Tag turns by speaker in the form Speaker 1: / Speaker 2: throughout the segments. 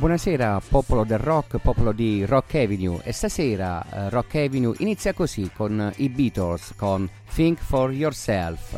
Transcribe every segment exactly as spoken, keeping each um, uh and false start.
Speaker 1: Buonasera popolo del rock, popolo di Rock Avenue, e stasera uh, Rock Avenue inizia così con i Beatles, con Think for Yourself.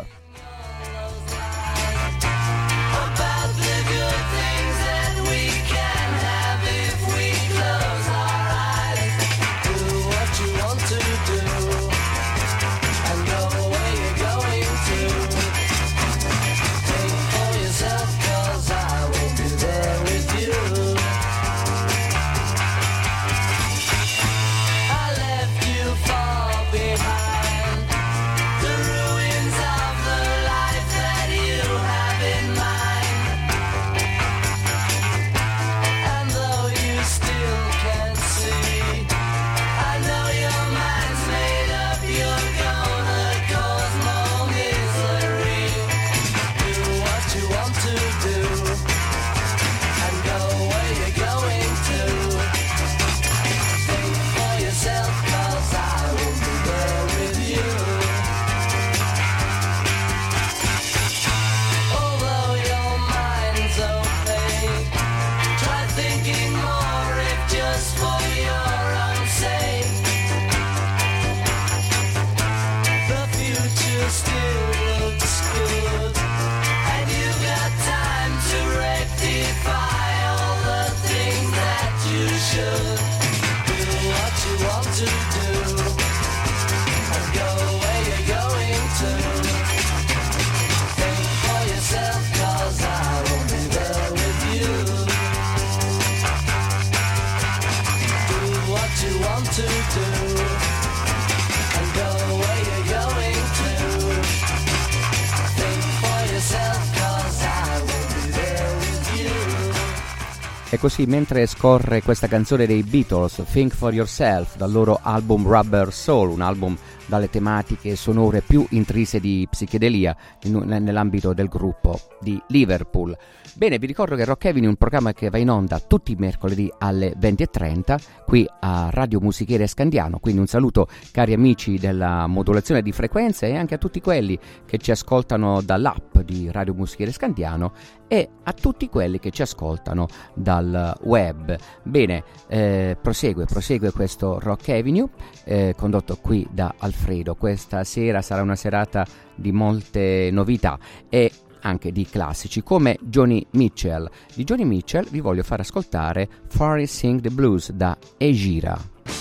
Speaker 1: E così, mentre scorre questa canzone dei Beatles, Think for Yourself, dal loro album Rubber Soul, un album dalle tematiche sonore più intrise di psichedelia nell'ambito del gruppo di Liverpool. Bene, vi ricordo che Rock Avenue è un programma che va in onda tutti i mercoledì alle venti e trenta qui a Radio Musichiere Scandiano, quindi un saluto cari amici della modulazione di frequenze e anche a tutti quelli che ci ascoltano dall'app di Radio Musichiere Scandiano e a tutti quelli che ci ascoltano dal web. Bene, eh, prosegue, prosegue questo Rock Avenue eh, condotto qui da Alfredo. Questa sera sarà una serata di molte novità e anche di classici come Joni Mitchell. Di Joni Mitchell vi voglio far ascoltare Fairy Sing the Blues da Egira.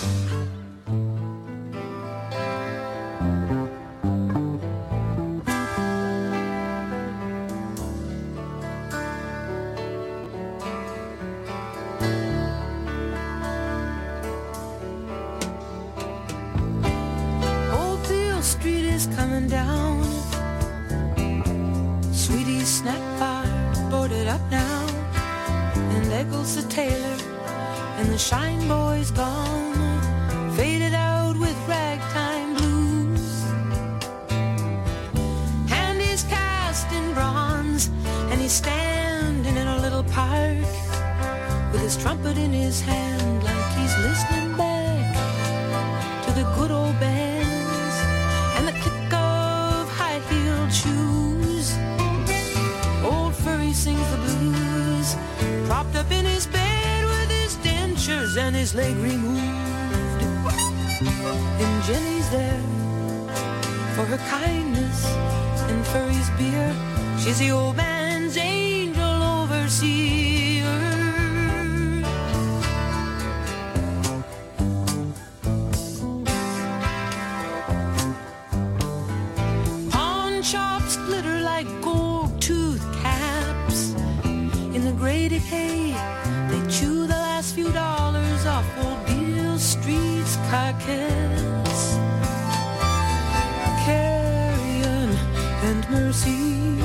Speaker 2: Old Beale Street is coming down. Sweetie's snack bar boarded up now, and there goes the tailor, and the shine boy's gone, faded out with ragtime blues. And he's cast in bronze, and he's standing in a little park with his trumpet in his hand, like he's listening back to the good old bands and the click of high-heeled shoes. He sings the blues, propped up in his bed with his dentures and his leg removed. And Jenny's there for her kindness and Furry's beer. She's the old man's angel overseer. Pawn shops glitter like gold tooth caps. In the gray decay, they chew the last few dollars off old Beale Street's carcass. Carrion and Mercy,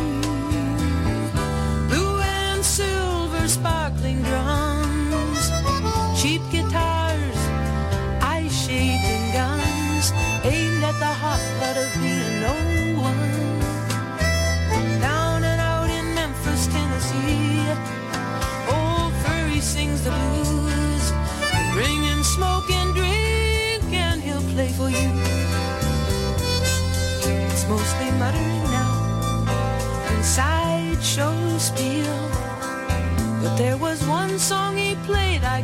Speaker 2: blue and silver sparkling drums, cheap guitars, ice-shaping guns, aimed at the hot blood of being no one. Down and out in Memphis, Tennessee, old Furry sings the blues. Bring in smoke and drink and he'll play for you. It's mostly muttering now and sideshow spiel, but there was one song he played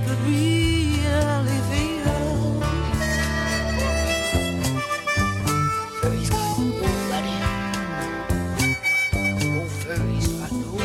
Speaker 2: could really feel. Furry's got no bloody. Oh, Furry's got no.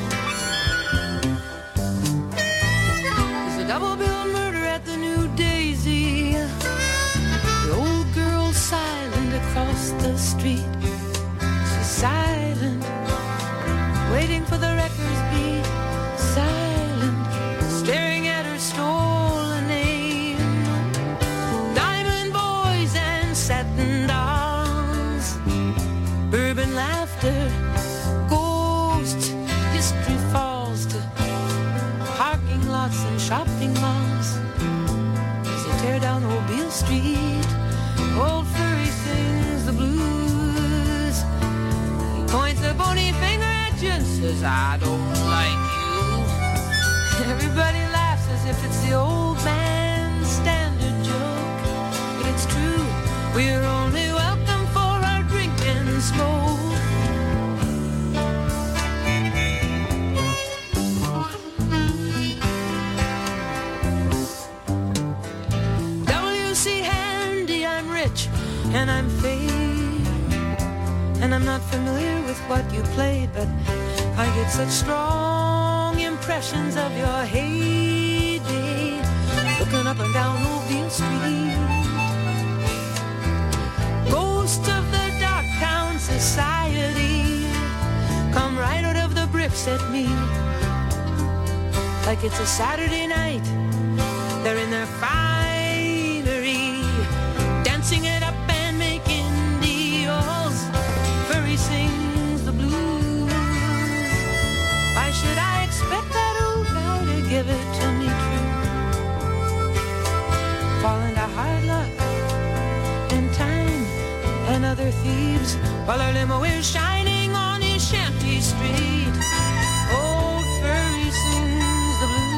Speaker 2: There's a double bill murder at the New Daisy. The old girl's silent across the street. She's silent, waiting for the records beat. Silent, staring at her stolen name. Diamond boys and satin dolls, bourbon laughter, ghosts, history falls to parking lots and shopping malls. As they tear down Old Beale Street, old Furry sings the blues. He points a bony finger at you and says, I don't like you. Everybody laughs as if it's the old man's standard joke. But it's true, we're only welcome for our drink and smoke. W C Handy, I'm rich and I'm fame, and I'm not familiar with what you played, but I get such strong impressions of your heyday, looking up and down Mobile Street. Ghost of the Darktown Society come right out of the bricks at me, like it's a Saturday night. They're in their finery, dancing it up and making deals. Furry sings the blues. Why should I expect that old guy to give it to me true? Fall into hard luck and time and other thieves, while our limo is shining on his shanty street. Old Furry sings the blues.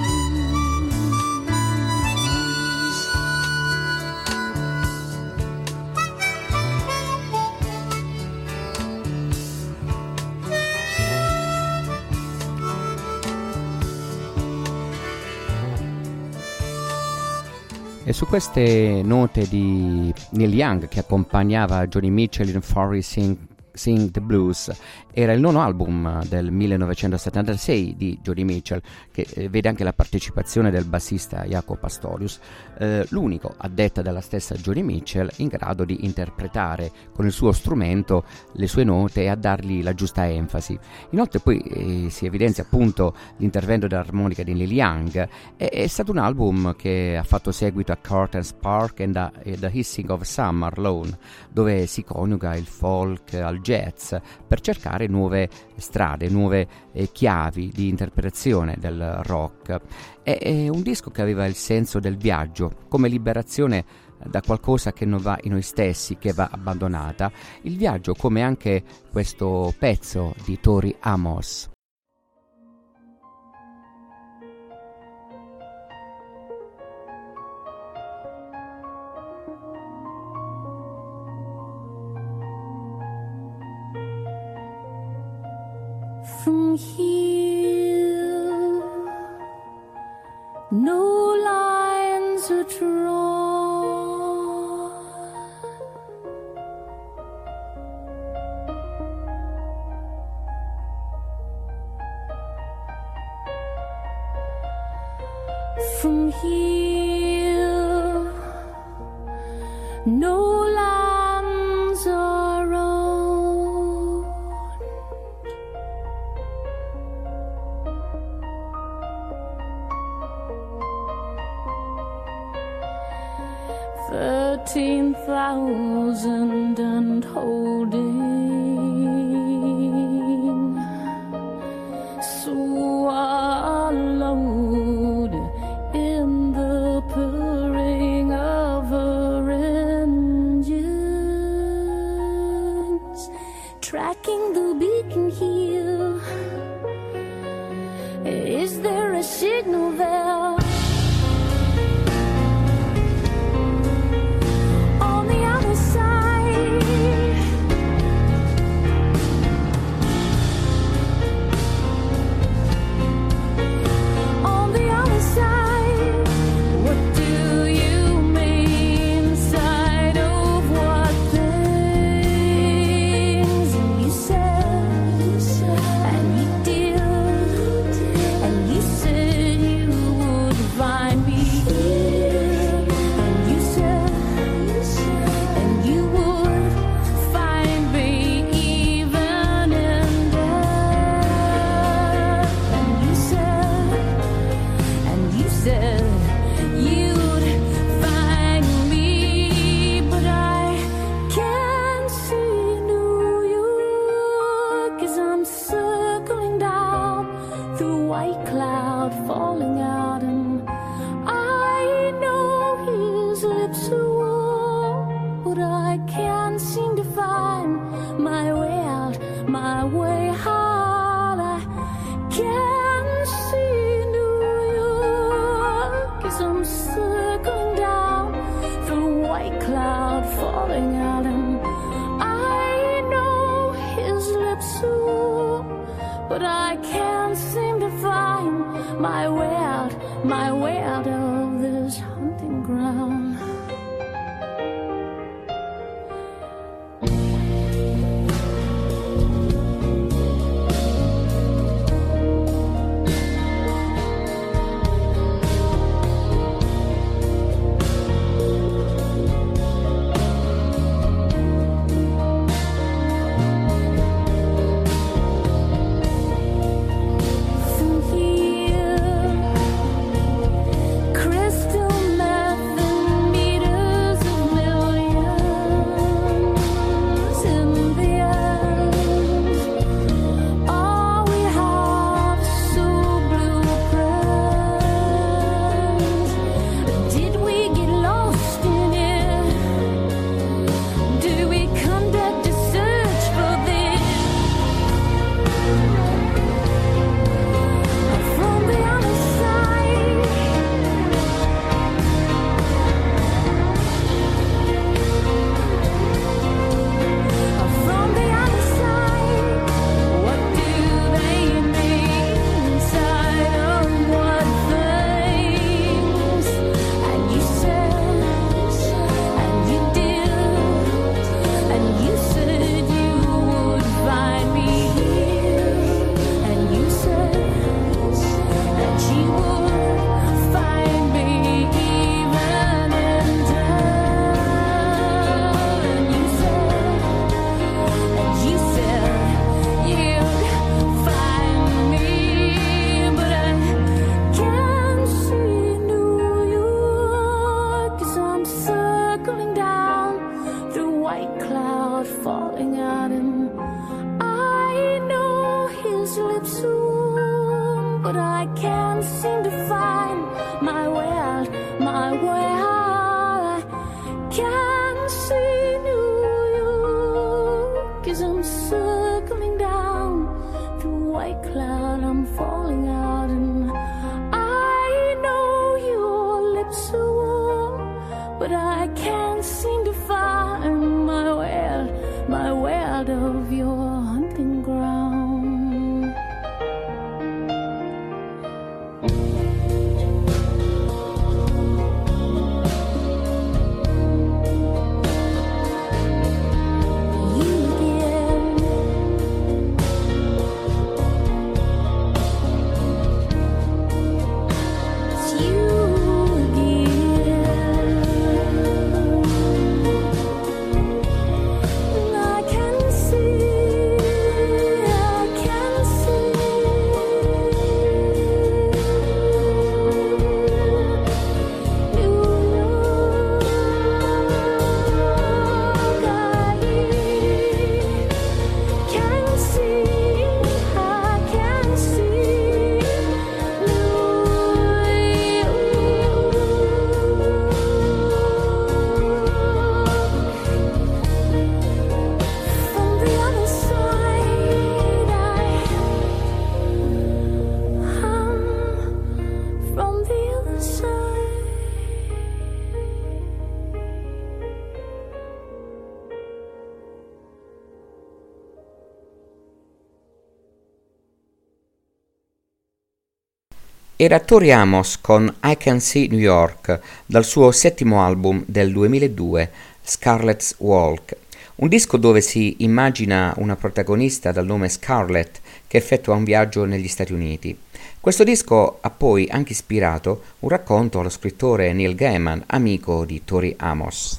Speaker 1: E su queste note di Neil Young, che accompagnava Joni Mitchell in Furry Sing, Sing the Blues, era il nono album del millenovecentosettantasei di Joni Mitchell, che eh, vede anche la partecipazione del bassista Jaco Pastorius, eh, l'unico, a detta della stessa Joni Mitchell, in grado di interpretare con il suo strumento le sue note e a dargli la giusta enfasi. Inoltre poi eh, si evidenzia appunto l'intervento dell'armonica di Neil Young. È, è stato un album che ha fatto seguito a Curtain Spark and a, e The Hissing of Summer Lawn, dove si coniuga il folk al jazz per cercare nuove strade, nuove eh, chiavi di interpretazione del rock. È, è un disco che aveva il senso del viaggio come liberazione da qualcosa che non va in noi stessi, che va abbandonata. Il viaggio, come anche questo pezzo di Tori Amos.
Speaker 3: From here, no lines are drawn. From here, no lands are owned. Thirteen thousand and holding, swallowed in the purring of her engines, tracking the beacon here. Is there a signal there? On the other side, but I can't seem to find my way out, my way out of this hunting ground.
Speaker 1: Era Tori Amos con I Can See New York dal suo settimo album del duemiladue, Scarlet's Walk, un disco dove si immagina una protagonista dal nome Scarlett che effettua un viaggio negli Stati Uniti. Questo disco ha poi anche ispirato un racconto allo scrittore Neil Gaiman, amico di Tori Amos.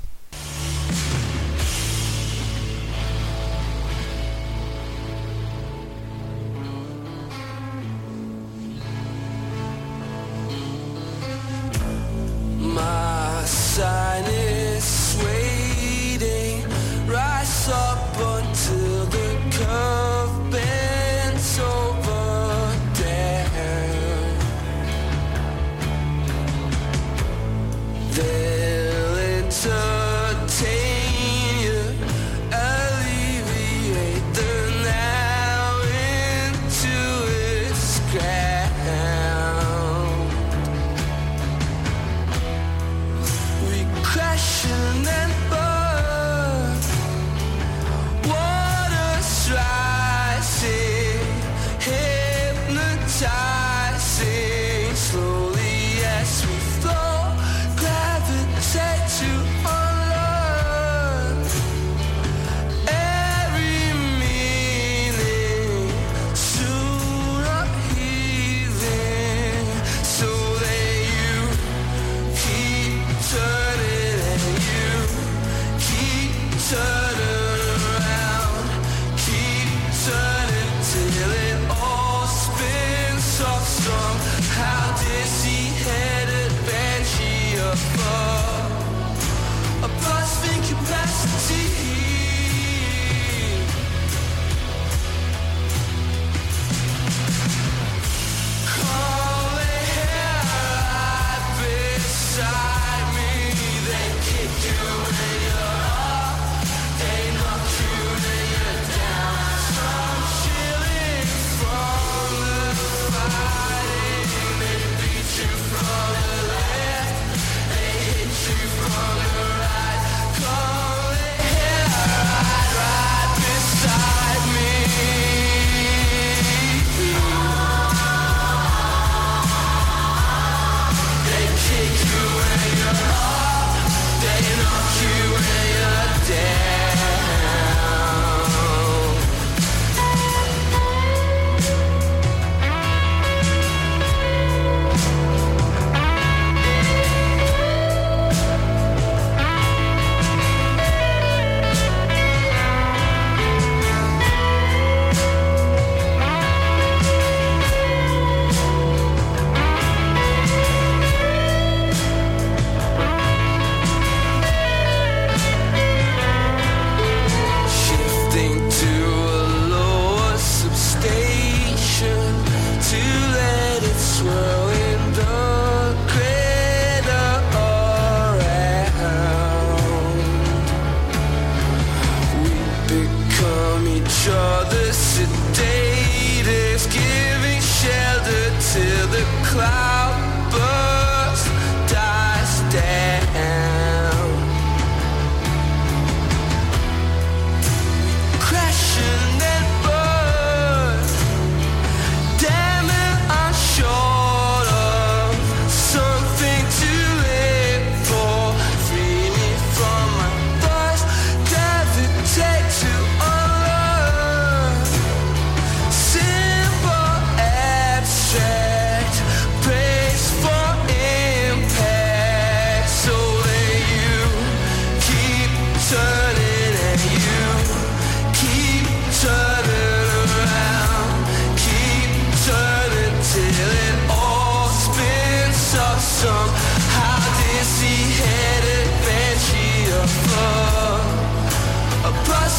Speaker 4: They'll enter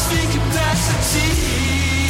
Speaker 4: speak capacity.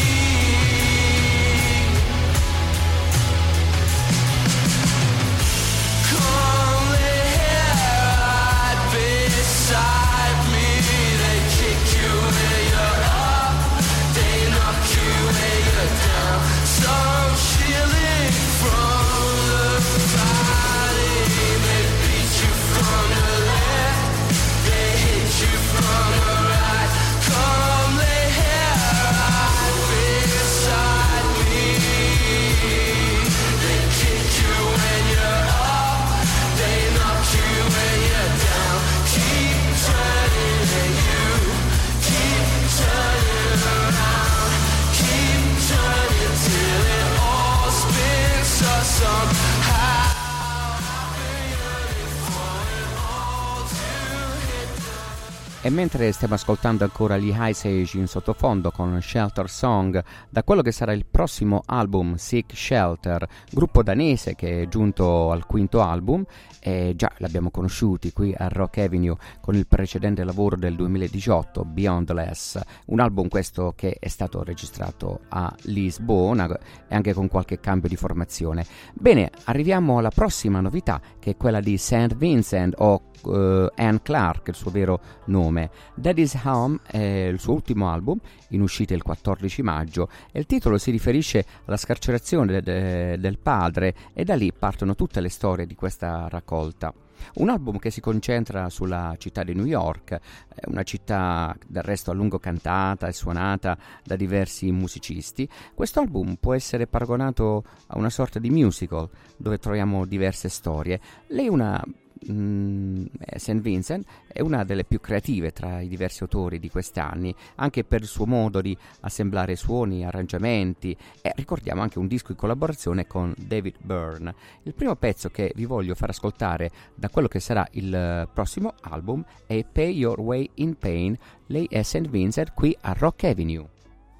Speaker 4: Come lay here right beside me. They kick you where you're up, they knock you where you're down. Some shielding from the body, they beat you from the left, they hit you from the right. Come lay here right beside me. They kick you when you're up, they knock you when you're down. Keep turning you, keep turning around, keep turning till it all spins so somehow.
Speaker 1: E mentre stiamo ascoltando ancora gli Ice Age in sottofondo con Shelter Song, da quello che sarà il prossimo album Seek Shelter, gruppo danese che è giunto al quinto album, e già l'abbiamo conosciuti qui a Rock Avenue con il precedente lavoro del duemiladiciotto, Beyondless, un album questo che è stato registrato a Lisbona e anche con qualche cambio di formazione. Bene, arriviamo alla prossima novità, che è quella di Saint Vincent o Uh, Anne Clark, il suo vero nome. Daddy's Home è il suo ultimo album, in uscita il quattordici maggio, e il titolo si riferisce alla scarcerazione de- de- del padre, e da lì partono tutte le storie di questa raccolta. Un album che si concentra sulla città di New York, una città del resto a lungo cantata e suonata da diversi musicisti. Questo album può essere paragonato a una sorta di musical dove troviamo diverse storie. Lei è una Mm, Saint Vincent è una delle più creative tra i diversi autori di questi anni, anche per il suo modo di assemblare suoni, arrangiamenti, e ricordiamo anche un disco in collaborazione con David Byrne. Il primo pezzo che vi voglio far ascoltare da quello che sarà il prossimo album è Pay Your Way in Pain. Lei è Saint Vincent qui a Rock Avenue.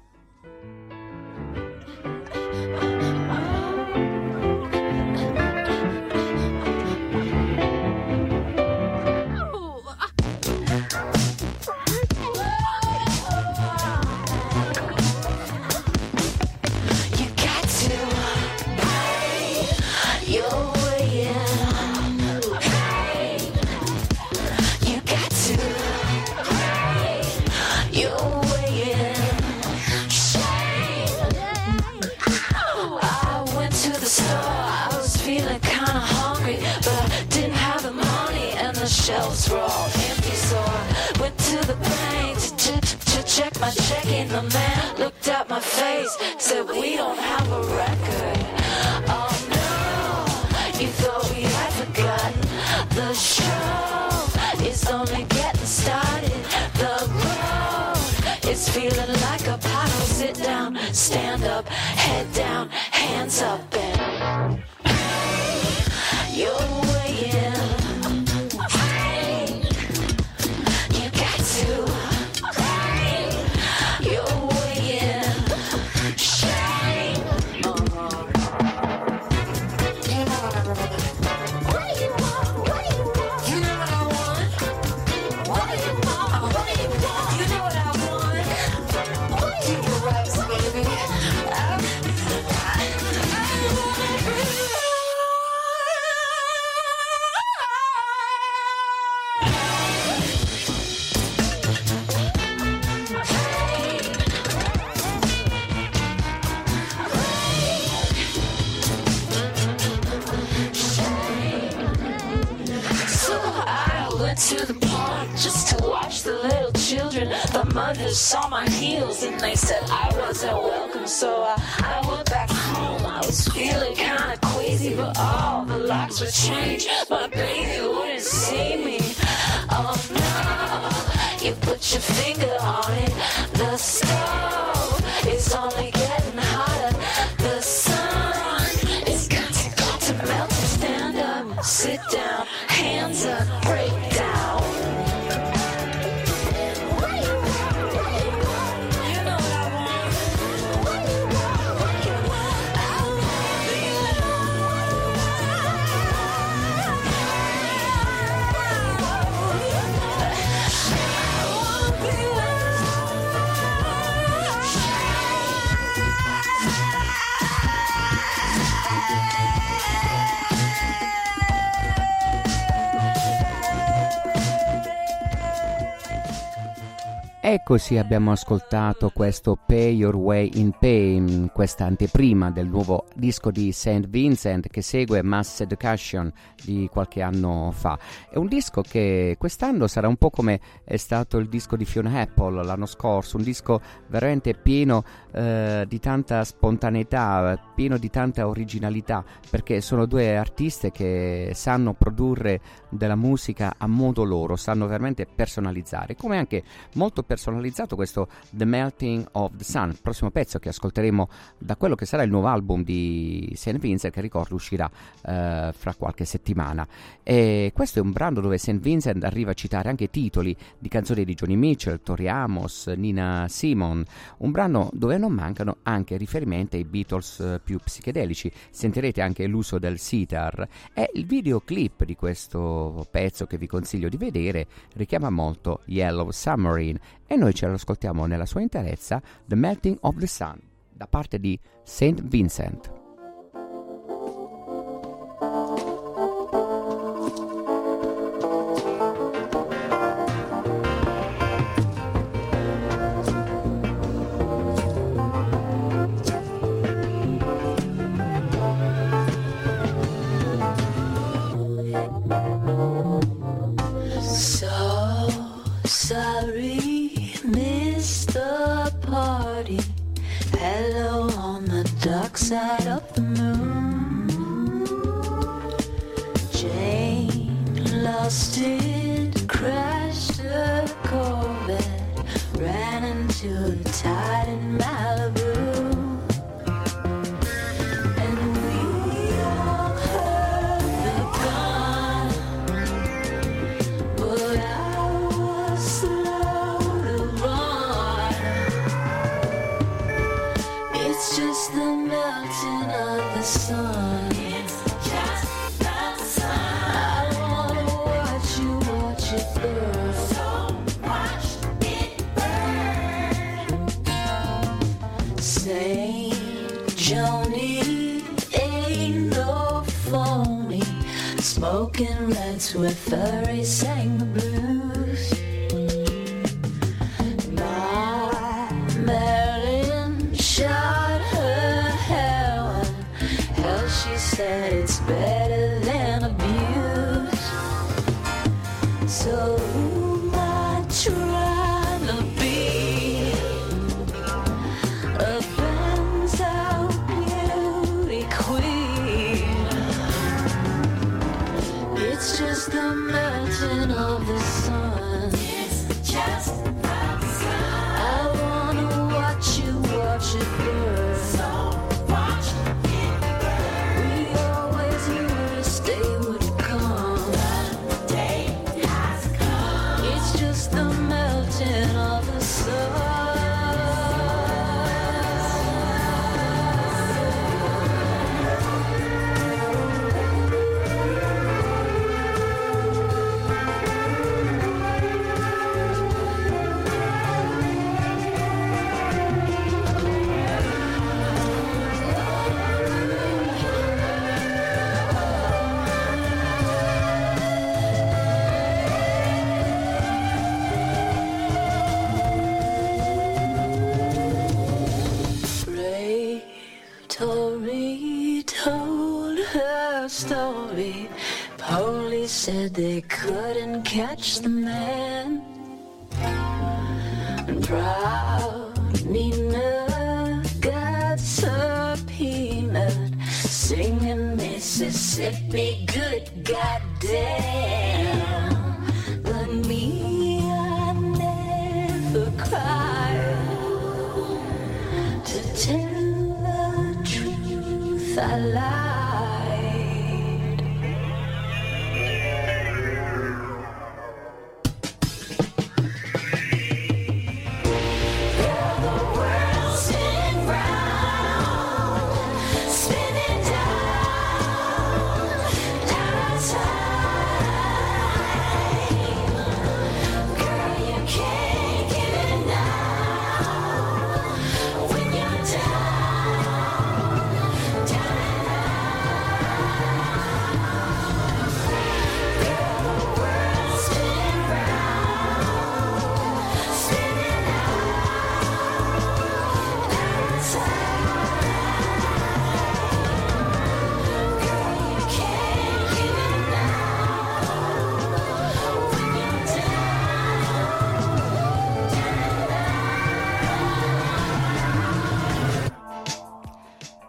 Speaker 5: Shelves were all empty, so I went to the bank to, to, to check my checking. The man looked at my face, said we don't have a record. Oh no, you thought we had forgotten. The show is only getting started. The road is feeling like a pothole. Sit down, stand up, head down, hands up, and your way in. To the park just to watch the little children. The mothers saw my heels and they said I wasn't welcome, so I, I went back home. I was feeling kinda queasy, but all the locks were changed. My baby wouldn't see me. Oh no, you put your finger on it. The stove is only getting hotter. The sun is got to, got to melt. Stand up, sit down, hands up, break down.
Speaker 1: E così abbiamo ascoltato questo Pay Your Way in Pain, questa anteprima del nuovo disco di Saint Vincent che segue Mass Education di qualche anno fa. È un disco che quest'anno sarà un po' come è stato il disco di Fiona Apple l'anno scorso, un disco veramente pieno eh, di tanta spontaneità, pieno di tanta originalità, perché sono due artiste che sanno produrre della musica a modo loro, sanno veramente personalizzare, come anche molto personalizzato questo The Melting of the Sun, prossimo pezzo che ascolteremo da quello che sarà il nuovo album di Saint Vincent, che ricordo uscirà eh, fra qualche settimana. E questo è un brano dove Saint Vincent arriva a citare anche titoli di canzoni di Joni Mitchell, Tori Amos, Nina Simone, un brano dove non mancano anche riferimenti ai Beatles eh, più psichedelici. Sentirete anche l'uso del sitar, e il videoclip di questo pezzo che vi consiglio di vedere richiama molto Yellow Submarine, e noi ce lo ascoltiamo nella sua interezza, The Melting of the Sun, da parte di Saint Vincent.
Speaker 5: Sorry, missed the party. Hello on the dark side of the moon. Jane lost it, crashed a Corvette, ran into the tide in Malibu. And we all heard the gun, but I was slow to run. It's just the melting of the sun. It's just the sun. I wanna watch you, watch it burn. So watch it burn. Saint Joni ain't no phony, smoking reds with furry sang the blues. My Marilyn shot her heroin. Hell, she said it's better than abuse. So who am I trying to be? A Benz out beauty queen. It's just the melting of the sun. It's just the sun. I wanna watch you, watch it burn. So watch it burn. We always knew to stay would come. The day has come. It's just the melting of the sun. Brave Tori told her story. Police said they couldn't catch the man. And proud Nina got subpoenaed, singing Mississippi good goddamn. But me, I never cried. To tell the truth, I lied. The world's spinning round, spinning down, down a time. Girl, you can't give it now. When you're down, down and out.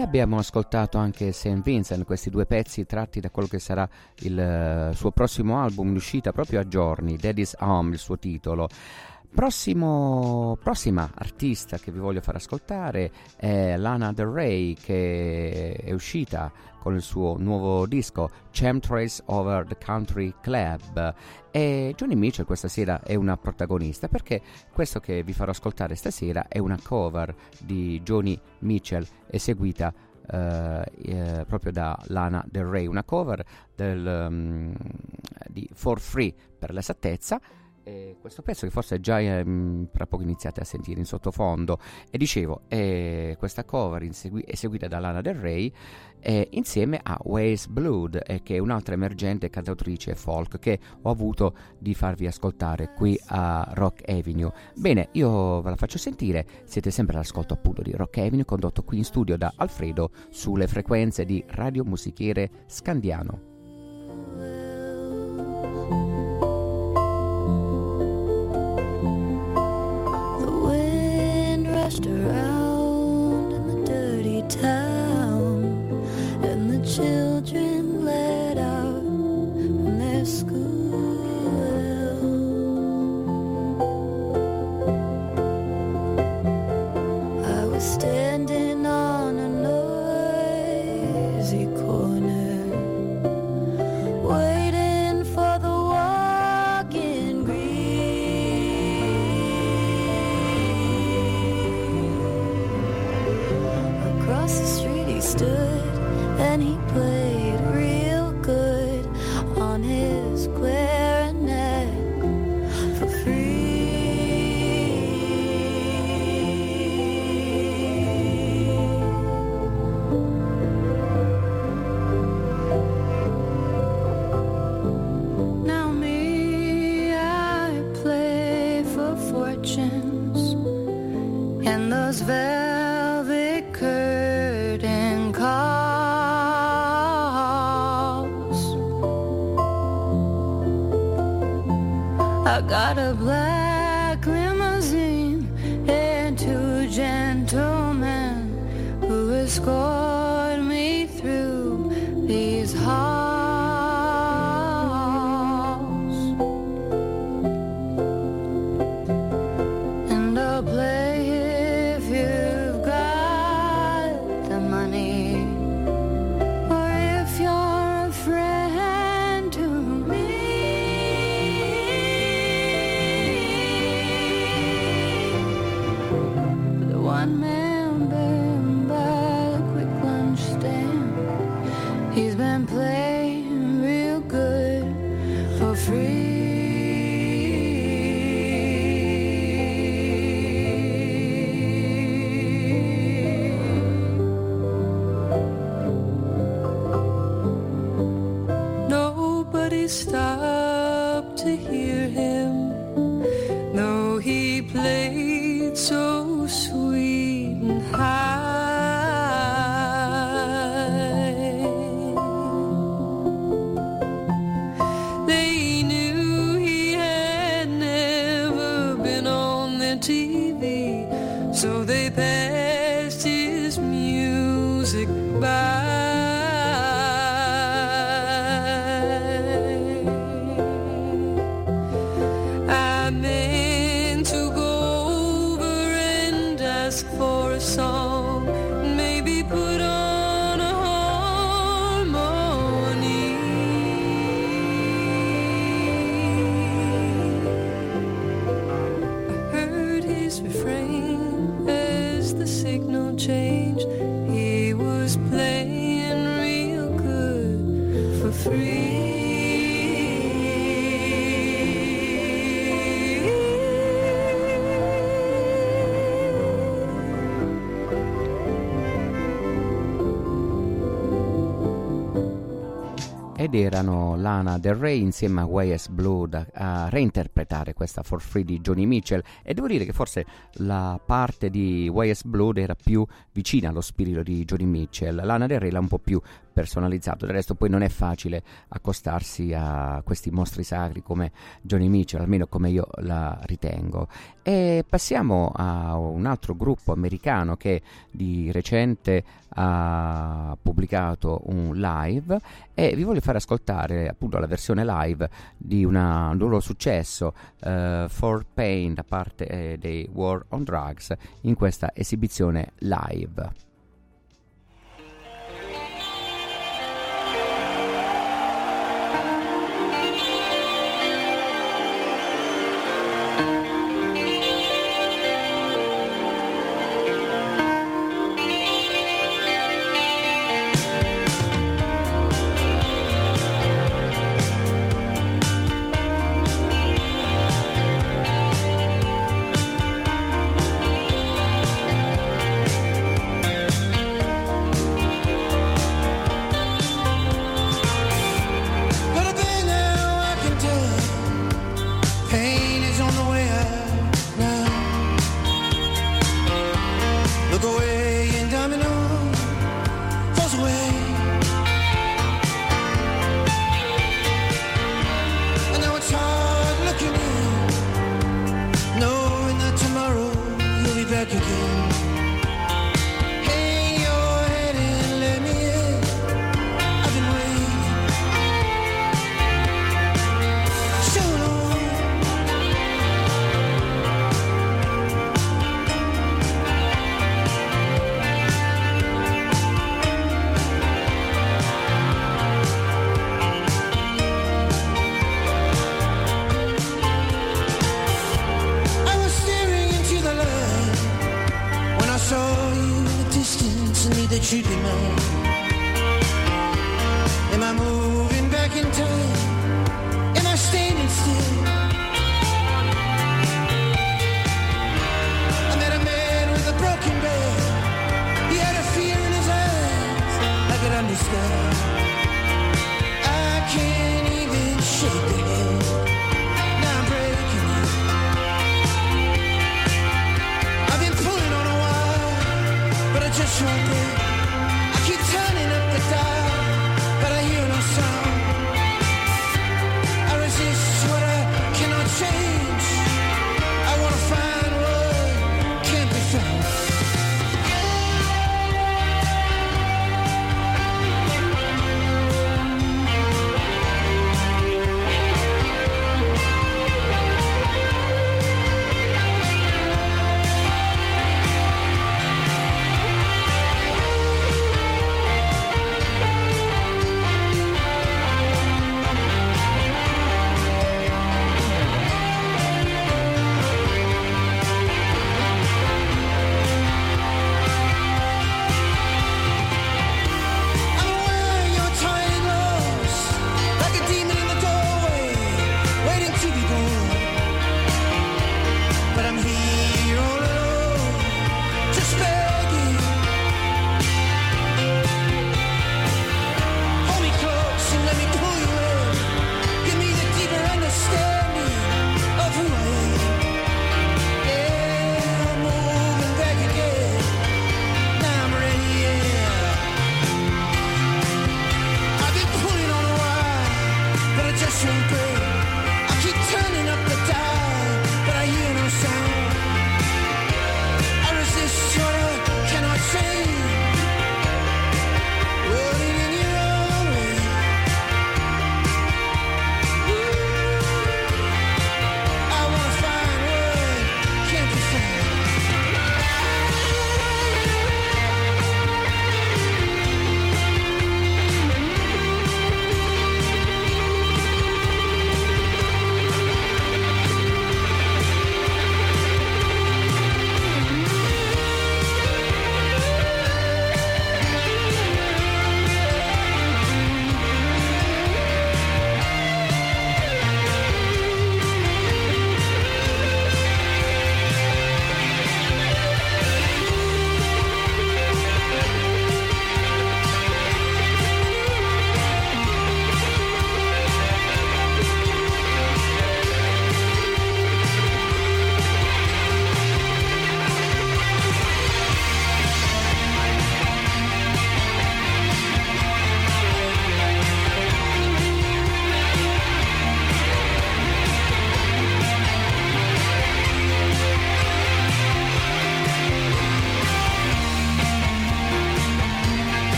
Speaker 1: abbiamo ascoltato anche Saint Vincent, questi due pezzi tratti da quello che sarà il uh, suo prossimo album in uscita proprio a giorni, Daddy's Home, il suo titolo. Prossimo, prossima artista che vi voglio far ascoltare è Lana Del Rey, che è uscita con il suo nuovo disco Chemtrails Over the Country Club, e Joni Mitchell questa sera è una protagonista, perché questo che vi farò ascoltare stasera è una cover di Joni Mitchell eseguita Uh, eh, proprio da Lana Del Rey, una cover del, um, di For Free per l'esattezza. E questo pezzo che forse già um, tra poco iniziate a sentire in sottofondo, e dicevo è questa cover insegui- eseguita da Lana Del Rey eh, insieme a Weyes Blood, eh, che è un'altra emergente cantautrice folk che ho avuto di farvi ascoltare qui a Rock Avenue. Bene, io ve la faccio sentire, siete sempre all'ascolto appunto di Rock Avenue, condotto qui in studio da Alfredo sulle frequenze di Radio Musichiere Scandiano.
Speaker 3: Around in the dirty town, and the children let out from their school. I was standing on a noisy corner, waiting for the walking green. Across the street he stood and he played real good on his clarinet for free. Now me, I play for fortunes and those velvet curtain calls. I got a black limousine and two gentlemen who escort me through these halls. And I'll play if you've got the money, or if you're a friend to me. The one man band by the quick lunch stand, he's been playing real good for free. Nobody stopped to hear him, though he played so sweet and high. They knew he had never been on their T V, so they passed his music by. I meant to go over and ask for a song, maybe put on a harmony. I heard his refrain as the signal changed. He was playing real good for free.
Speaker 1: Ed erano Lana Del Rey insieme a Weyes Blood a reinterpretare questa For Free di Joni Mitchell, e devo dire che forse la parte di Weyes Blood era più vicina allo spirito di Joni Mitchell. Lana Del Rey l'ha un po' più personalizzato. Del resto poi non è facile accostarsi a questi mostri sacri come Joni Mitchell, almeno come io la ritengo. E passiamo a un altro gruppo americano che di recente ha pubblicato un live, e vi voglio fare ascoltare appunto la versione live di una, un loro successo, uh, For Pain, da parte eh, dei War on Drugs, in questa esibizione live.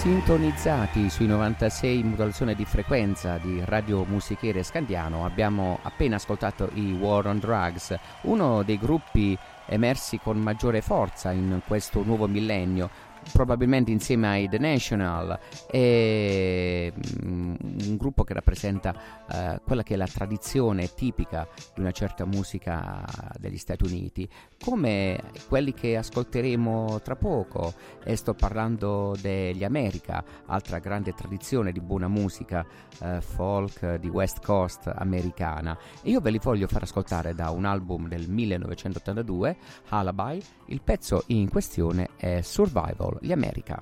Speaker 1: Sintonizzati sui novantasei modulazione di frequenza di Radio Musichiere Scandiano, abbiamo appena ascoltato i War on Drugs, uno dei gruppi emersi con maggiore forza in questo nuovo millennio, probabilmente insieme ai The National, e um, un gruppo che rappresenta uh, quella che è la tradizione tipica di una certa musica degli Stati Uniti, come quelli che ascolteremo tra poco, e sto parlando degli America, altra grande tradizione di buona musica uh, folk di West Coast americana, e io ve li voglio far ascoltare da un album del millenovecentottantadue, Lullaby. Il pezzo in questione è Survival, gli America.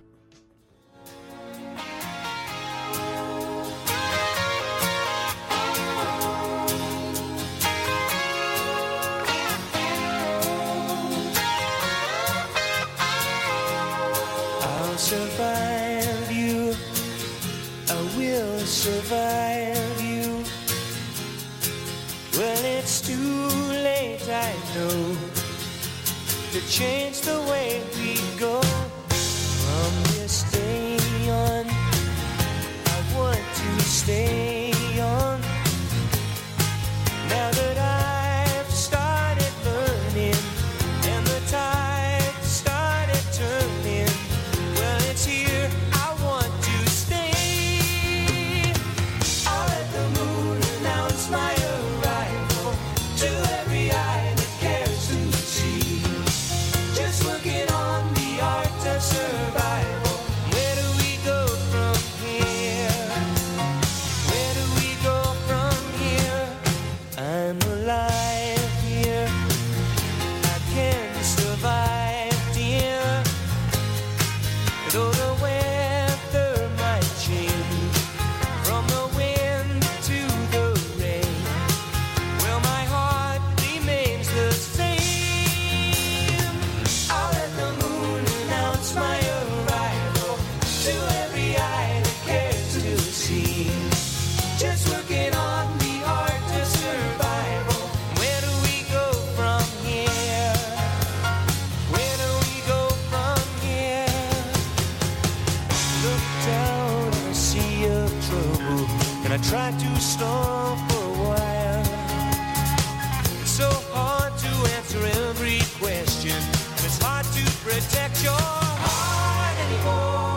Speaker 6: I'll survive you, I will survive you. Well, it's too late, I know, to change the way we go. From this day on, I want to stay on. Now that I've started learning and the tide started turning, well, it's here, I want to stay. I'll let the moon announce my arrival to every eye that cares to see. Just working on the art of survival. Where do we go from here? Where do we go from here? I'm alive here, I can survive, dear. Though the weather might change, from the wind to the rain, well, my heart remains the same. I'll let the moon announce my arrival to every eye that cares to see. Just working on the art of survival. Where do we go from here? Where do we go from here? Looked out on a sea of trouble, and I tried to stop for a while. It's so hard to answer every question, and it's hard to protect your heart anymore.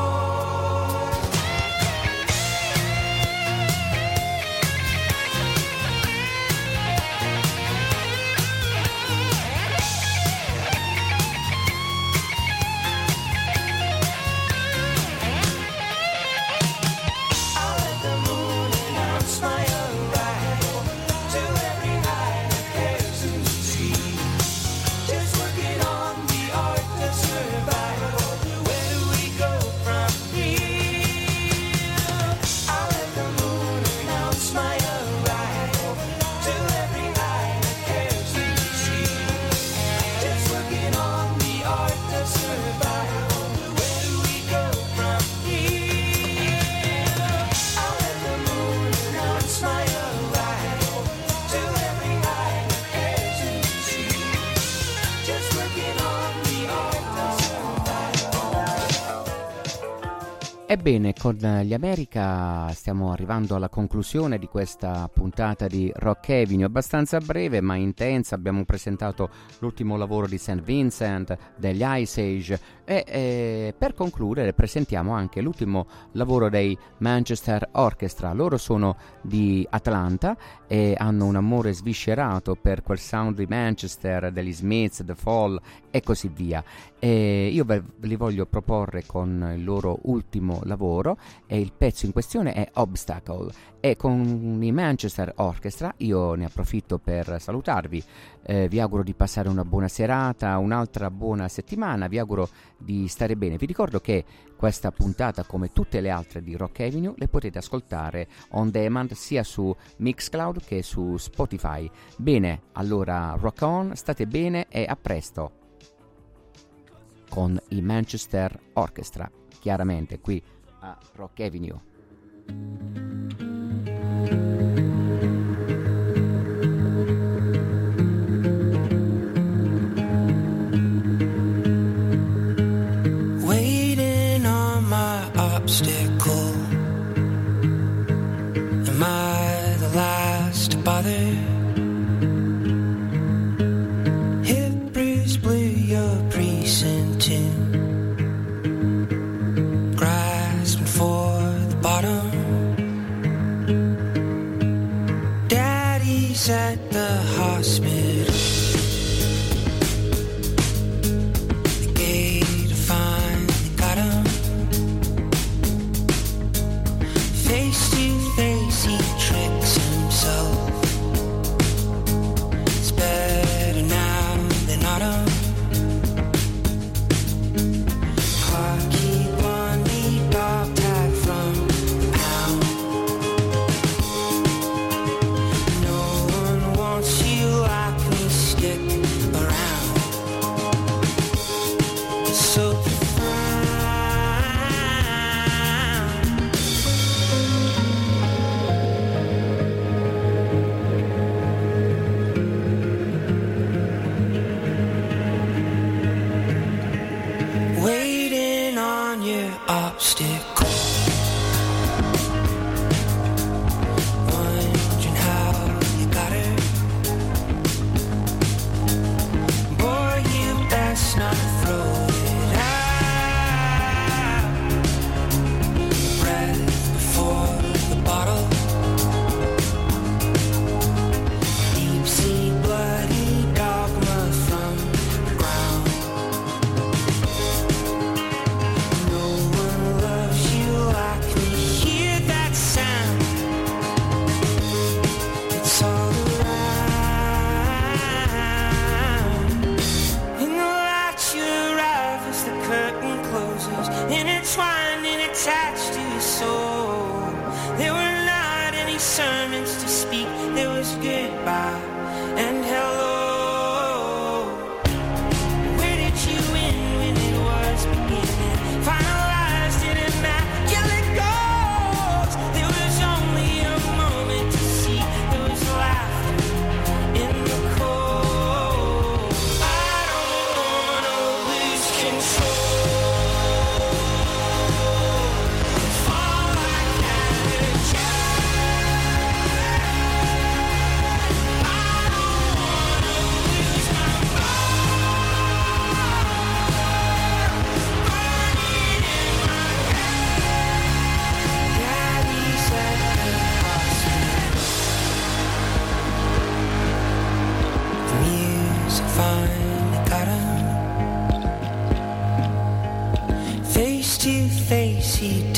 Speaker 6: I'll let the moon announce my arrival to every eye that cares to see. Just working on the art of survival. Where do we go from here? I'll let the moon announce my arrival to every eye that cares to see. Just working on the art of survival. Where do we go from here? I'll let the moon announce my arrival to every eye that cares to see. Just working on the art of survival.
Speaker 1: Ebbene, con gli America stiamo arrivando alla conclusione di questa puntata di Rock Avenue, abbastanza breve ma intensa. Abbiamo presentato l'ultimo lavoro di Saint Vincent, degli Ice Age, e eh, per concludere presentiamo anche l'ultimo lavoro dei Manchester Orchestra. Loro sono di Atlanta e hanno un amore sviscerato per quel sound di Manchester, degli Smiths, The Fall e così via. E io ve li voglio proporre con il loro ultimo lavoro, e il pezzo in questione è Obstacle, e con i Manchester Orchestra io ne approfitto per salutarvi. Eh, vi auguro di passare una buona serata, un'altra buona settimana, vi auguro di stare bene. Vi ricordo che questa puntata, come tutte le altre di Rock Avenue, le potete ascoltare on demand sia su Mixcloud che su Spotify. Bene, allora rock on, state bene e a presto con i Manchester Orchestra, chiaramente qui a Rock Avenue.
Speaker 6: Waiting on my obstacle. in tune, grasping for the bottom. Daddy's at the hospital. The gate finally got him. Face to face, he tricks himself. It's better now than autumn. Car keep on me, dog tag from the pound. No one wants you like me, stick around. So waiting on your obstacle, wondering how you got her. Boy, you best not throw it out. Breath before the bottle. Deep sea bloody dogma from the ground. No one loves you like me. Hear that sound? It's all around. In the light you arrive as the curtain closes, intertwined and attached to your soul. There were not any sermons to speak. There was goodbye and hello. Where did you end when it was beginning? Finalized in immaculate goals. There was only a moment to see. There was laughter in the cold. I don't wanna lose control. Fall like that child. I don't wanna lose my mind. Burning in my head. Daddy's at the hospital. The music finally got him. Face to face, he